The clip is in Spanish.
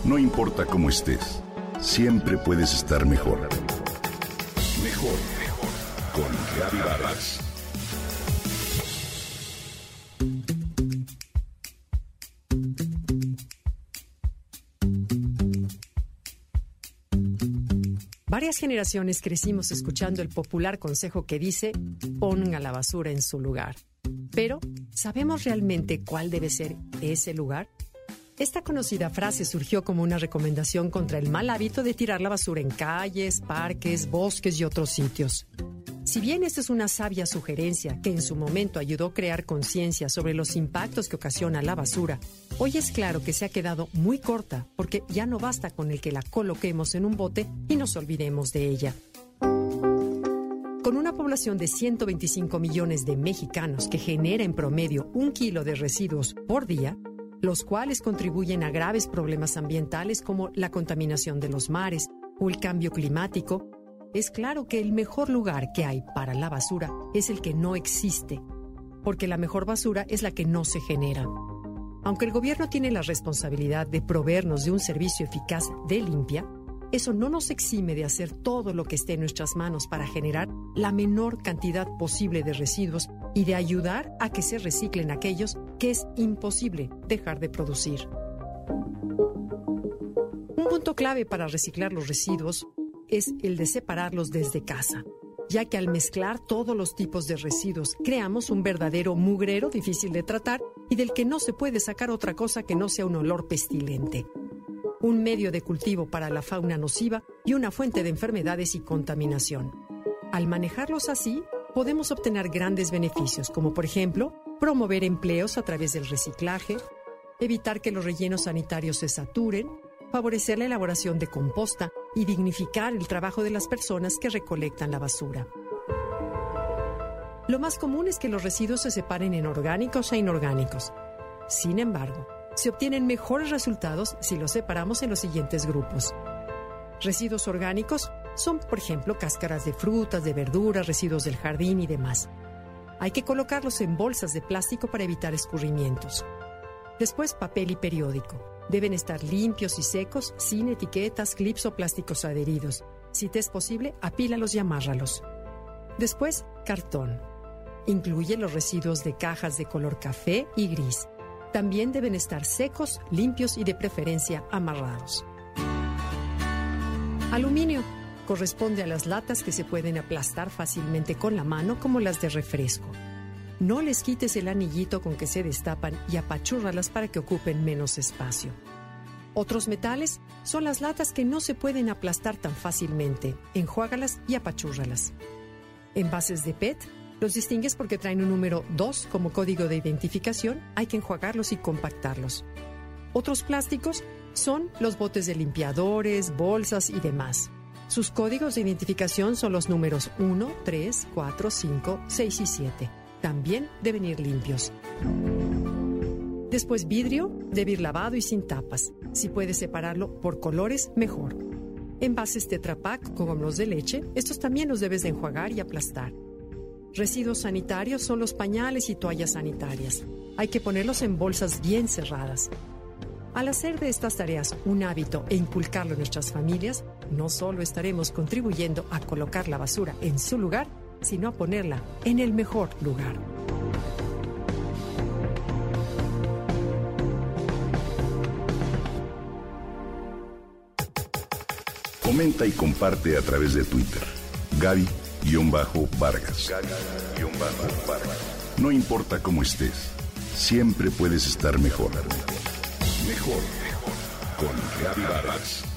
No importa cómo estés, siempre puedes estar mejor. Mejor, mejor. Con Gaby Vargas. Varias generaciones crecimos escuchando el popular consejo que dice: ponga la basura en su lugar. Pero, ¿sabemos realmente cuál debe ser ese lugar? Esta conocida frase surgió como una recomendación contra el mal hábito de tirar la basura en calles, parques, bosques y otros sitios. Si bien esta es una sabia sugerencia que en su momento ayudó a crear conciencia sobre los impactos que ocasiona la basura, hoy es claro que se ha quedado muy corta porque ya no basta con el que la coloquemos en un bote y nos olvidemos de ella. Con una población de 125 millones de mexicanos que genera en promedio 1 kilo de residuos por día, los cuales contribuyen a graves problemas ambientales como la contaminación de los mares o el cambio climático, es claro que el mejor lugar que hay para la basura es el que no existe, porque la mejor basura es la que no se genera. Aunque el gobierno tiene la responsabilidad de proveernos de un servicio eficaz de limpia, eso no nos exime de hacer todo lo que esté en nuestras manos para generar la menor cantidad posible de residuos y de ayudar a que se reciclen aquellos que es imposible dejar de producir. Un punto clave para reciclar los residuos es el de separarlos desde casa, ya que al mezclar todos los tipos de residuos creamos un verdadero mugrero difícil de tratar y del que no se puede sacar otra cosa que no sea un olor pestilente. Un medio de cultivo para la fauna nociva y una fuente de enfermedades y contaminación. Al manejarlos así, podemos obtener grandes beneficios, como por ejemplo, promover empleos a través del reciclaje, evitar que los rellenos sanitarios se saturen, favorecer la elaboración de composta y dignificar el trabajo de las personas que recolectan la basura. Lo más común es que los residuos se separen en orgánicos e inorgánicos. Sin embargo, se obtienen mejores resultados si los separamos en los siguientes grupos. Residuos orgánicos son, por ejemplo, cáscaras de frutas, de verduras, residuos del jardín y demás. Hay que colocarlos en bolsas de plástico para evitar escurrimientos. Después, papel y periódico. Deben estar limpios y secos, sin etiquetas, clips o plásticos adheridos. Si te es posible, apílalos y amárralos. Después, cartón. Incluye los residuos de cajas de color café y gris. También deben estar secos, limpios y de preferencia amarrados. Aluminio. Corresponde a las latas que se pueden aplastar fácilmente con la mano, como las de refresco. No les quites el anillito con que se destapan y apachúrralas para que ocupen menos espacio. Otros metales son las latas que no se pueden aplastar tan fácilmente. Enjuágalas y apachúrralas. Envases de PET los distingues porque traen un número 2 como código de identificación. Hay que enjuagarlos y compactarlos. Otros plásticos son los botes de limpiadores, bolsas y demás. Sus códigos de identificación son los números 1, 3, 4, 5, 6 y 7. También deben ir limpios. Después, vidrio debe ir lavado y sin tapas. Si puedes separarlo por colores, mejor. Envases Tetra Pak como los de leche, estos también los debes de enjuagar y aplastar. Residuos sanitarios son los pañales y toallas sanitarias. Hay que ponerlos en bolsas bien cerradas. Al hacer de estas tareas un hábito e inculcarlo en nuestras familias, no solo estaremos contribuyendo a colocar la basura en su lugar, sino a ponerla en el mejor lugar. Comenta y comparte a través de Twitter. Gaby-Vargas. No importa cómo estés, siempre puedes estar mejor. Mejor, mejor. Con Gaby Vargas.